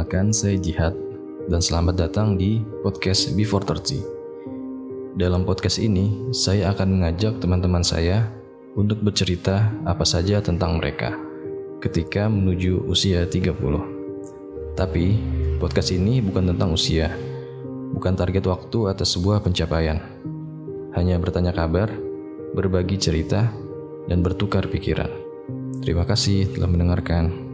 Perkenalkan, saya Jihad dan selamat datang di podcast Before 30. Dalam podcast ini, saya akan mengajak teman-teman saya untuk bercerita apa saja tentang mereka ketika menuju usia 30. Tapi, podcast ini bukan tentang usia, bukan target waktu atas sebuah pencapaian. Hanya bertanya kabar, berbagi cerita, dan bertukar pikiran. Terima kasih telah mendengarkan.